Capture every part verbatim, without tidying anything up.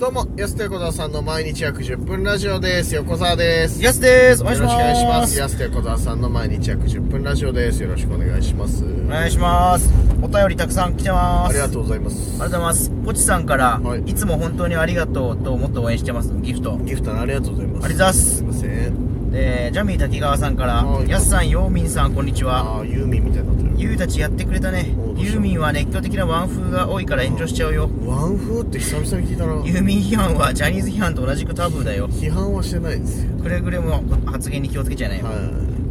どうも、安手小沢さんの毎日約じゅっぷんラジオです。横澤です。 安です。お願いします。 よろしくお願いします。安手小沢さんの毎日約じゅっぷんラジオです。よろしくお願いします。 お願いします。お便りたくさん来てます。 ありがとうございます。 ありがとうございます。ポチさんから、 はい、 いつも本当にありがとうともっと応援してますギフト。 ギフトありがとうございます。 ありがとうございます。 すいません。 で、ジャミー滝川さんから、ヤスさん、ヨーミンさん、こんにちは。 ああ、ユーミンみたいになってる。 ユーたちやってくれたね。ユーミンは熱狂的なワン風が多いから炎上しちゃうよ。 ワン風って久々に聞いたな。 ユーミン批判はジャニーズ批判と同じくタブーだよ。 批判はしてないんですよ。 くれぐれも発言に気をつけちゃいないよ。 はい、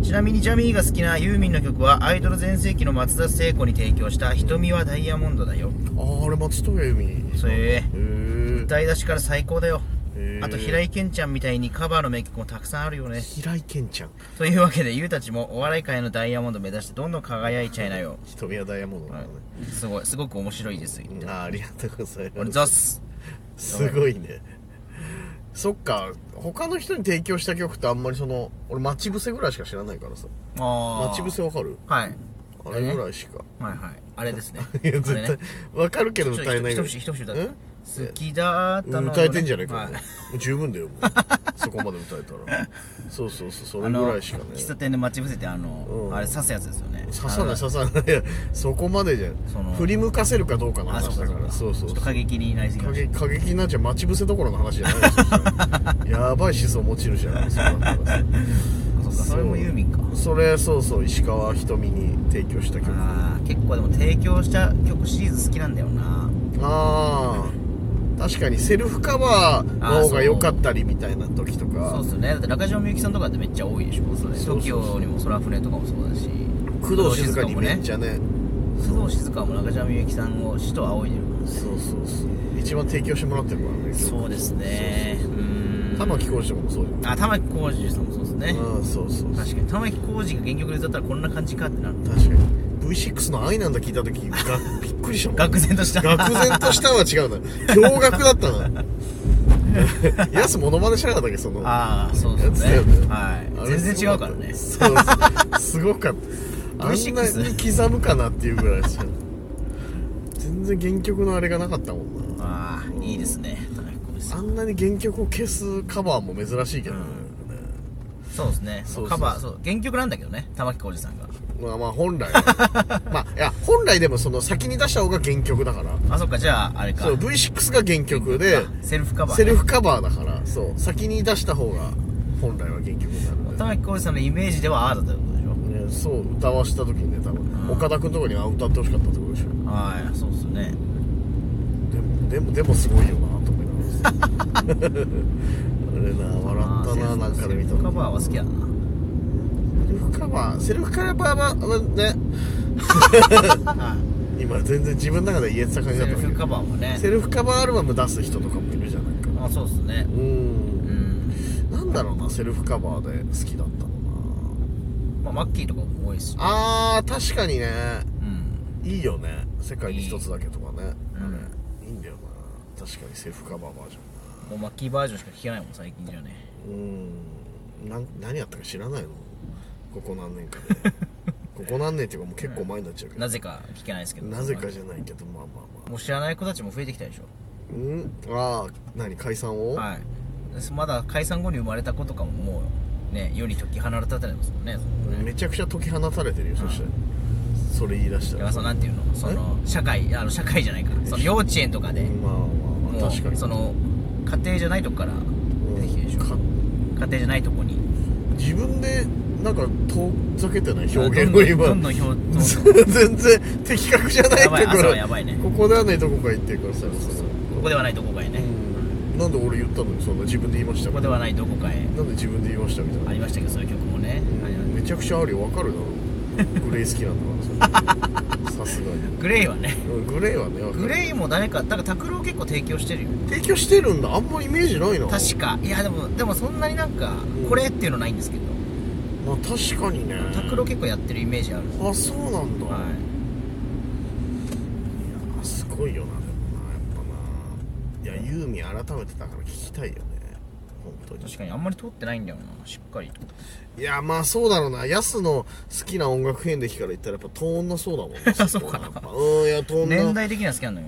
ちなみにジャミーが好きなユーミンの曲はアイドル全盛期の松田聖子に提供した瞳はダイヤモンドだよ。 ああ、あれ松任谷由実。 それへえ。 歌い出しから最高だよ。 あと平井堅ちゃんみたいにカバーの名曲もたくさんあるよね。 平井堅ちゃんというわけでユウたちもお笑い界のダイヤモンド目指してどんどん輝いちゃいなよ。 瞳はダイヤモンドだね、はい、 すごいすごく面白いです。 あ, ありがとうございます。 俺ザスすごいね。そっか、他の人に提供した曲ってあんまりその俺待ち伏せぐらいしか知らないからさ。 あ待ち伏せわかる？ はい。 あれぐらいしか。 はいはい。あれですね。 いや絶対わかるけど歌えないぐらい。 一節歌って。好きだったの。 歌えてんじゃないか。もう十分だよ。そこまで歌えたら。そうそうそう、それぐらいしかね。 喫茶店で待ち伏せてあのあれ刺すやつですよね。 刺さない刺さない。いやそこまでじゃん。振り向かせるかどうかの話だから。そうそう。 過激になりすぎました。 過激になっちゃう待ち伏せどころの話じゃないですよ。やばい思想持ち主だから。そうだったら。 それもユーミンか。 それそうそう、石川ひとみに提供した曲。 ああ、結構でも提供した曲シリーズ好きなんだよな。 ああ、確かにセルフカバーの方が良かったりみたいな時とか。 そうっすね。だって中島みゆきさんとかってめっちゃ多いでしょ。それ トキオ にも空船とかもそうだし、 工藤静香にめっちゃね。 工藤静香も中島みゆきさんを師と仰いでるからね。 そうそうそう、一番提供してもらってるからね。 そうですね。 玉置浩二とかもそうじゃん。 あ、玉置浩二さんもそうですね。 うん、そうそう。 確かに玉置浩二が原曲で歌ったらこんな感じかってなる。 確かに ブイシックス の愛なんだ聞いた時がびっくりしたもん。 愕然とした。 愕然としたは違うな。驚愕だったな。やすモノマネしなかったっけ、その。 ああ、そうですね。はい。全然違うからね。 そうすごかった。あんなに刻むかなっていうぐらいですよ。全然原曲のあれがなかったもんな。 ああ、いいですね。 あんなに原曲を消すカバーも珍しいけどね。 そうですね。カバー、そう、原曲なんだけどね、玉置浩二さんが。 まあまあ本来まあいや本来でもその先に出した方が原曲だから。 あ、そっか、じゃああれか。 そう ブイシックス が原曲でセルフカバー、 セルフカバーだから、そう先に出した方が本来は原曲になるんで。 玉置浩二さんのイメージではああだったってことでしょ。 ね、そう歌わした時にね、多分、うん、岡田君とかには歌ってほしかったってことでしょ。 はい、そうっすね。 でもでもでもすごいよなと思いますあれな、笑ったな、なんかで見た。 セルフカバーは好きやな。 セルフカバーセルフカバーはね今全然自分の中で言えてた感じだった。 セルフカバーもね、 セルフカバーアルバム出す人とかもいるじゃないか。 あ、そうっすね。 うん、うん、なんだろうな、セルフカバーで好きだったのな。まあマッキーとかも多いっすよ。 あー確かにね、うん、いいよね、世界に一つだけとかね。いい、うん、いいんだよな、確かにセルフカバーバージョン。 もうマッキーバージョンしか聞けないもん最近じゃね。 うん、な何やったか知らないの、ここ何年かでここ何年っていうかもう結構前になっちゃうけど、 なぜか聞けないですけど。 なぜかじゃないけど、まあまあまあ、 もう知らない子たちも増えてきたでしょ。 うんああ、何解散を、 はい、まだ解散後に生まれた子とかももうね、世に解き放たれてますもんね。 めちゃくちゃ解き放たれてるよ、そしてそれ言い出したら。 いや、そうなんていうの、その社会、あの社会じゃないか、その幼稚園とかで、 まあまあまあ確かに、 その家庭じゃないとこから出てきてるでしょ、うん、家庭じゃないとこに自分でなんか遠ざけてない表現を今どんどん表全然的確じゃないってからやばいね。 ここではないとこか言ってるからさ、 そうそうそう、ここではないどこかへね、 うん、なんで俺言ったのにそんな自分で言いました。 ここではないどこかへなんで自分で言いましたみたいな。 ありましたけど、そういう曲もね、 うん、めちゃくちゃあるよ、分かるだろグレイ好きなんだからさすがにグレイはね、 うん、グレイはね、 グレイも誰か、だから拓郎結構提供してるよ。 提供してるんだ、あんまイメージないな。 確か、いやでもでもそんなになんか、うん、これっていうのないんですけど、 まあ確かにね、 拓郎結構やってるイメージある。 あ、そうなんだ、はい、いやすごいよな、でもな、やっぱな、いやユーミン改めてだから聞きたいよね、本当に。 確かにあんまり通ってないんだよな、しっかりと。 いやまあそうだろうな、ヤスの好きな音楽遍歴から言ったらやっぱトーンなそうだもんねそうかな、 うん、いやトーンな年代的には好きなんだけどな。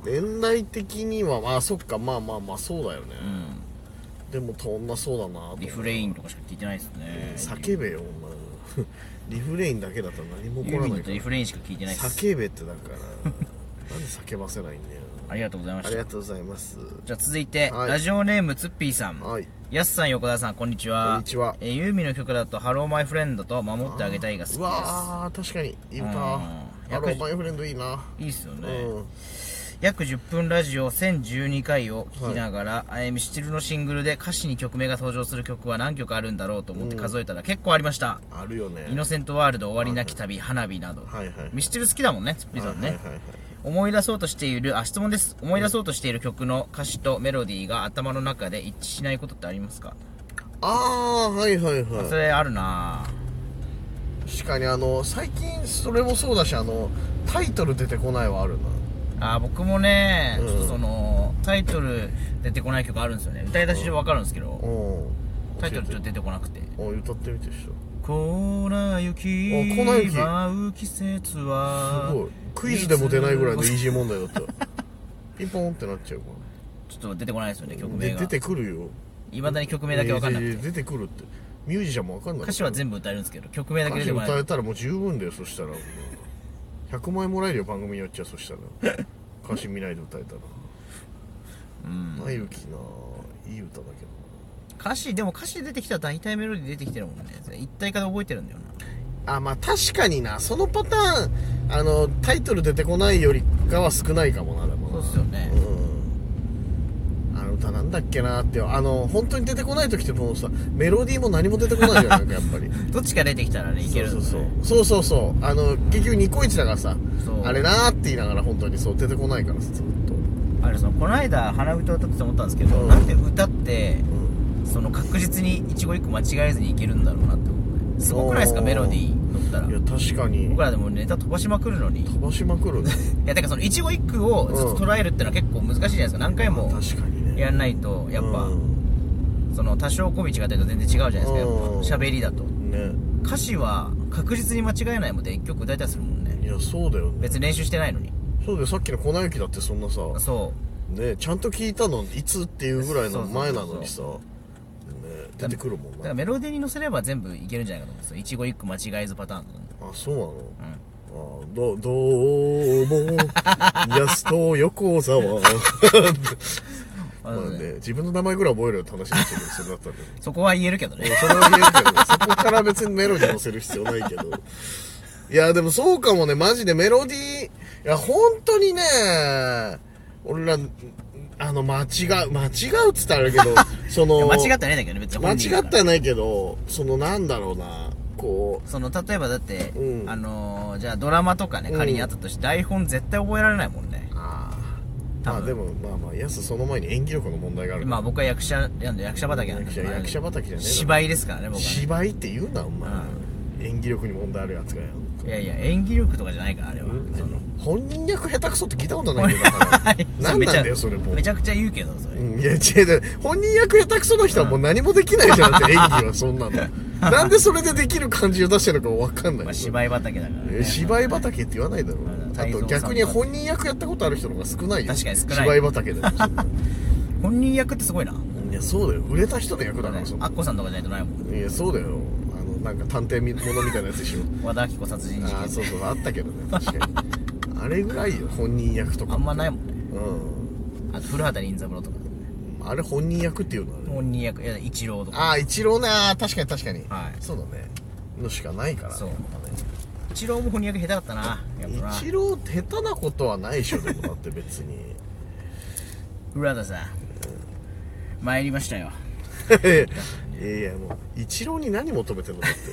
年代的にはまあそっか、まあまあまあそうだよね、 うん、 でもとんなそうだな。 リフレインとかしか聞いてないですね。 叫べよお前リフレインだけだったら何も起こらないから。 リフレインしか聞いてないです。 叫べってだからなんで叫ばせないんだよ。 ありがとうございました。 ありがとうございます。 じゃあ続いて、 はい、 ラジオネームツッピーさん、 はい、 やすさん、横田さん、こんにちは。 こんにちは。 えー、ユーミンの曲だとハローマイフレンドと守ってあげたいが好きです。 うわー確かにいい歌。ハローマイフレンドいいな。 いいっすよね、 うん、 約じゅっぷんラジオせんじゅうにかいを聴きながら、はい、ミスチルのシングルで歌詞に曲名が登場する曲は何曲あるんだろうと思って数えたら結構ありました、 うん、あるよね。 イノセントワールド、終わりなき旅、花火など、はいはい、ミスチル好きだもんね、ツッピーさんね、はいはいはいはい。思い出そうとしている、あ、質問です。思い出そうとしている曲の歌詞とメロディーが頭の中で一致しないことってありますか？ あーはいはいはい。 それあるな。 確かにあの最近それもそうだし、あのタイトル出てこないはあるな。あ、僕もね、うん、ちょっとそのタイトル出てこない曲あるんですよね。歌い出しで分かるんですけど、うん、タイトルちょっと出てこなくて。 お歌ってみてしょ。 粉雪舞う季節は。 すごい。クイズでも出ないぐらいのイージー問題だったピンポンってなっちゃうからちょっと出てこないですよね、曲名が。 出てくるよ。 いまだに曲名だけ分かんなくて、 えー、出てくるって。ミュージシャンも分かんない。 歌詞は全部歌えるんですけど曲名だけ出てこない。 歌詞歌えたらもう十分だよ。そしたらひゃくまんえんもらえるよ、番組によっちゃ。そしたら歌詞見ないで歌えたら。うん前行きないい歌だけど。 歌詞でも歌詞出てきたら大体メロディー出てきてるもんね。一体化で覚えてるんだよな。 あ、まあ確かにな。そのパターン、あのタイトル出てこないよりかは少ないかもな。でもそうっすよね、 うん、あの歌なんだっけなって。あの本当に出てこない時ってもうさ、メロディーも何も出てこないじゃん。なんかやっぱりどっちか出てきたらね、いけるんだよね。 そうそうそうそうそう。あの結局ニコイチだからさ、あれなーって言いながら本当にそう出てこないからさ、ずっと。 あれ、そのこの間鼻歌歌ってて思ったんですけど、うん、なんで歌って、うん、その確実に一語一句間違えずにいけるんだろうなって思う。すごくないですか、メロディー乗ったら。 いや確かに。 僕らでもネタ飛ばしまくるのに。 飛ばしまくるねいやだからその一語一句をずっと捉えるってのは結構難しいじゃないですか。何回もやんないとやっぱ、うん、その多少語尾違ってると全然違うじゃないですか。やっぱ喋りだと、ね、歌詞は確実に間違えないので一曲歌えたりするもんね。 いやそうだよね。 別に練習してないのに。 そうだよ。さっきの粉雪だってそんなさ、 そうね、ちゃんと聞いたのいつっていうぐらいの前なのにさ、出てくるもんな。 だからメロディーに乗せれば全部いけるんじゃないかと思うんですよ。一語一句間違えずパターン。 あ、そうなの、うん、あどどうもやすと横澤まあね、自分の名前ぐらい覚えるよって話になっちゃうけど、それだったらねそこは言えるけどね。 それは言えるけど、そこから別にメロディー乗せる必要ないけど。いやでもそうかもね。マジでメロディー、いや本当にね、俺らあの間違う間違うっつったらあれだけどその間違ってないんだけどね、別に。 間違ってはないけど、そのなんだろうな、こうその例えばだって、うん、あのー、じゃあドラマとかね、仮にあったとして、うん、台本絶対覚えられないもんね。 ああ、まあでもまあまあやすその前に演技力の問題がある。 まあ僕は役者なんで役者畑なんで、 役者役者畑じゃねえ。 芝居ですからね、僕は、ね。 芝居って言うなお前、うん、演技力に問題あるやつがよ。 いやいや演技力とかじゃないからあれは、うん、 その本人役下手くそって聞いたことないけどだから何なんだよそれも。 めちゃくちゃ言うけどそれ、 うん、いや違う、本人役下手くその人はもう何もできないじゃんって演技はそんなのなんでそれでできる感じを出してるのか分かんない。 まあ、芝居畑だからね。 芝居畑って言わないだろう、まあ、あと逆に本人役やったことある人の方が少ないよ。 確かに少ない。 芝居畑だよ本人役ってすごいな。 いやそうだよ、売れた人の役だから。 アッコさんとかじゃないとないもん。 いやそうだよ、なんか探偵ものみたいなやつでしょ和田アキ子殺人事件。 ああそうそうあったけどね、確かにあれぐらいよ本人役とか。 あんまないもんね。 うん。 あと古畑任三郎とか、ね、 あれ本人役っていうのは、ね、 本人役、いや一郎とか。 ああ一郎ね。ああ確かに確かに、 はい、 そうだねのしかないからね。 そう一郎も本人役下手だったな。やっぱな一郎下手なことはないでしょでもだって別に古畑さん、うん、参りましたよいやいやもう一郎に何求めてんのだって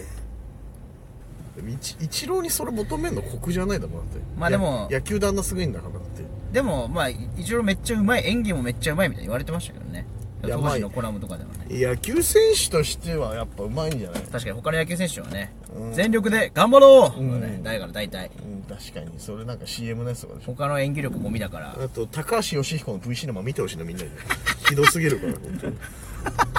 一郎にそれ求めんの酷じゃないだもんだって。 まあでも野球旦那すごいんだからだって。でもまあ一郎めっちゃうまい、演技もめっちゃうまいみたいに言われてましたけどね。当時のコラムとかではね。 野球選手としてはやっぱうまいんじゃない。 確かに他の野球選手はね、うん、全力で頑張ろう、うんね、だから大体、 うん、確かにそれなんか シーエム のやつとかでしょ。 他の演技力ゴミだから。 あと高橋義彦の V シネマ見てほしいのみんなにひどすぎるから本当に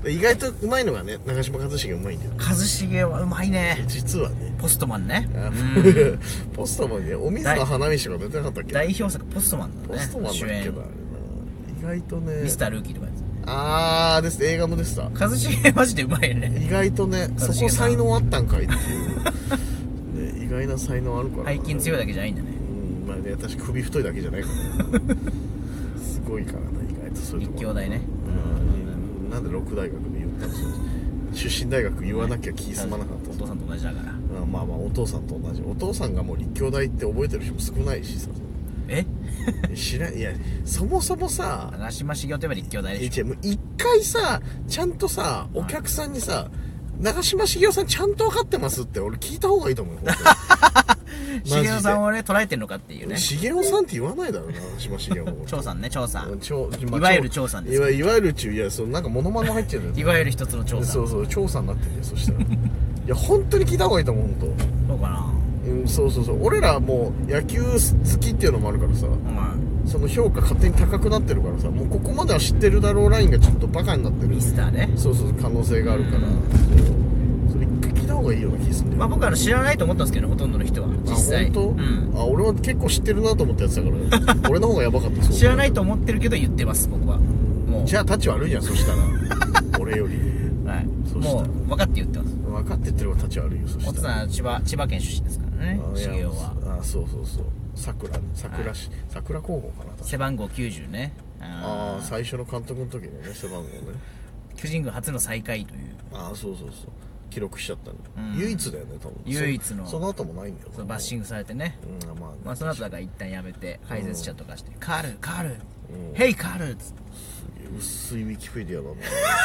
意外とうまいのがね、長嶋一茂うまいんだよ。 一茂はうまいね。 実はね。 ポストマンね。 ポストマンね、お水の花道が出てなかったっけ。 代表作ポストマンだね。 ポストマンだっけな、あれな。意外とね。 ミスタールーキーとかやつ。 あーです、映画もでした。 一茂マジでうまいよね。 意外とね、そこ才能あったんかいっていうね、意外な才能あるから背筋強いだけじゃないんだね。 うん、まあね、確か首太いだけじゃないからねすごいからね、意外とそういうとこ立教大ね。 うん、なんで六大学で言ったんですよ。出身大学言わなきゃ気済まなかった。 お父さんと同じだから。 あ、まあまあお父さんと同じ。お父さんがもう立教大って覚えてる人も少ないしさ。 え知らん、いや、そもそもさ、 長嶋茂雄といえば立教大でしょ。 もう一回さ、ちゃんとさ、お客さんにさ、長嶋茂雄さんちゃんと分かってますって俺聞いた方がいいと思うよ。 茂雄さんをね、捉えてんのかっていうね。 茂雄さんって言わないだろうな、長嶋茂雄も。 長さんね、長さん。 長いわゆる長さんです。 いわいわゆる中、いや、そのなんかモノマネ入ってるんだよ。 いわゆる一つの長さん。 そうそう、長さんになってるよ、そしたら。いや、本当に聞いた方がいいと思う、本当。 そうかな。 うん、そうそうそう。俺らもう野球好きっていうのもあるからさ、 うん、 その評価勝手に高くなってるからさ、もうここまでは知ってるだろうラインがちょっとバカになってる。 ミスターね。 そうそう、可能性があるから、そうそれ一回聞いた方がいいような気がするんだよ。 まあ僕は知らないと思ったんですけどね、ほとんどの人は実際。 あ、本当？うん。あ、俺は結構知ってるなと思ったやつだから俺の方がヤバかった。 知らないと思ってるけど言ってます、僕は。もうじゃあタチ悪いじゃん、そしたら俺より。 はい。もう分かって言ってます。 分かって言ってる方がタチ悪いよ、そしたら。 お父さん千葉千葉県出身ですからね、茂雄は。 あ、そうそうそう。桜桜市、桜高校かな。 背番号きゅうじゅうね。 ああ、最初の監督の時のね、背番号ね。 巨人軍初の最下位という。 ああ、そうそうそう。記録しちゃったの、うん、唯一だよね、多分。 唯一の。 その後もないんだよ。 バッシングされてね。うん、まあ、まあその後だから一旦やめて解説者とかして、うん、カールカール、うん、ヘイカールっつって。すげえ薄いウィキペディアだな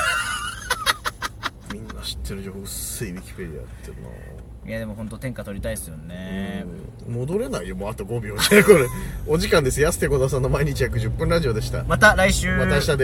みんな知ってる情報薄いウィキペディアやってるな。 いやでも本当天下取りたいですよね。 戻れないよ、もうあとごびょうじゃこれお時間です。安手小田さんの毎日約じゅっぷんラジオでした。 また来週。 また明日で